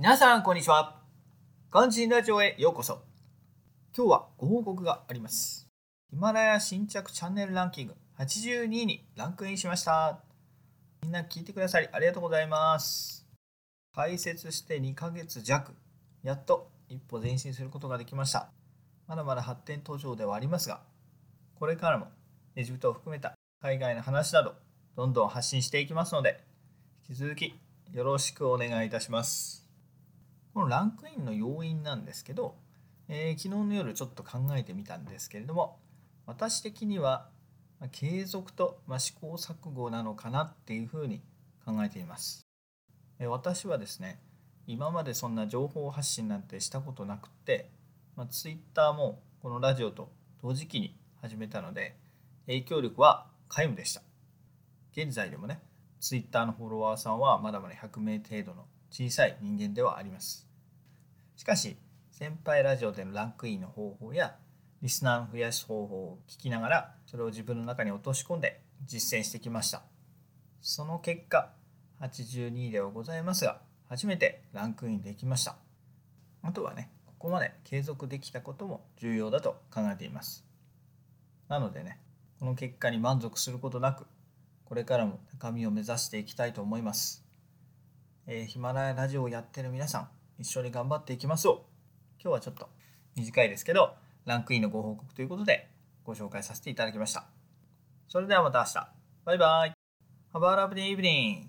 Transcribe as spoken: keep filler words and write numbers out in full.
皆さんこんにちは。ガンジンラジオへようこそ。今日はご報告があります。ヒマラヤ新着チャンネルランキングはちじゅうにいにランクインしました。みんな聞いてくださりありがとうございます。開設してにかげつじゃく、やっと一歩前進することができました。まだまだ発展途上ではありますが、これからもエジプトを含めた海外の話などどんどん発信していきますので、引き続きよろしくお願いいたします。このランクインの要因なんですけど、えー、昨日の夜ちょっと考えてみたんですけれども、私的には、まあ、継続と、まあ、試行錯誤なのかなっていうふうに考えています。えー、私はですね、今までそんな情報発信なんてしたことなくて、まあ、Twitter もこのラジオと同時期に始めたので、影響力は皆無でした。現在でもね、Twitter のフォロワーさんはまだまだひゃくめい程度の小さい人間ではあります。しかし、先輩ラジオでのランクインの方法やリスナーの増やす方法を聞きながら、それを自分の中に落とし込んで実践してきました。その結果、はちじゅうにいではございますが、初めてランクインできました。あとはね、ここまで継続できたことも重要だと考えています。なのでね、この結果に満足することなく、これからも高みを目指していきたいと思います。えー、ヒマラヤラジオをやってる皆さん、一緒に頑張っていきましょう。今日はちょっと短いですけど、ランクインのご報告ということでご紹介させていただきました。それではまた明日。バイバイ。Have a lovely evening.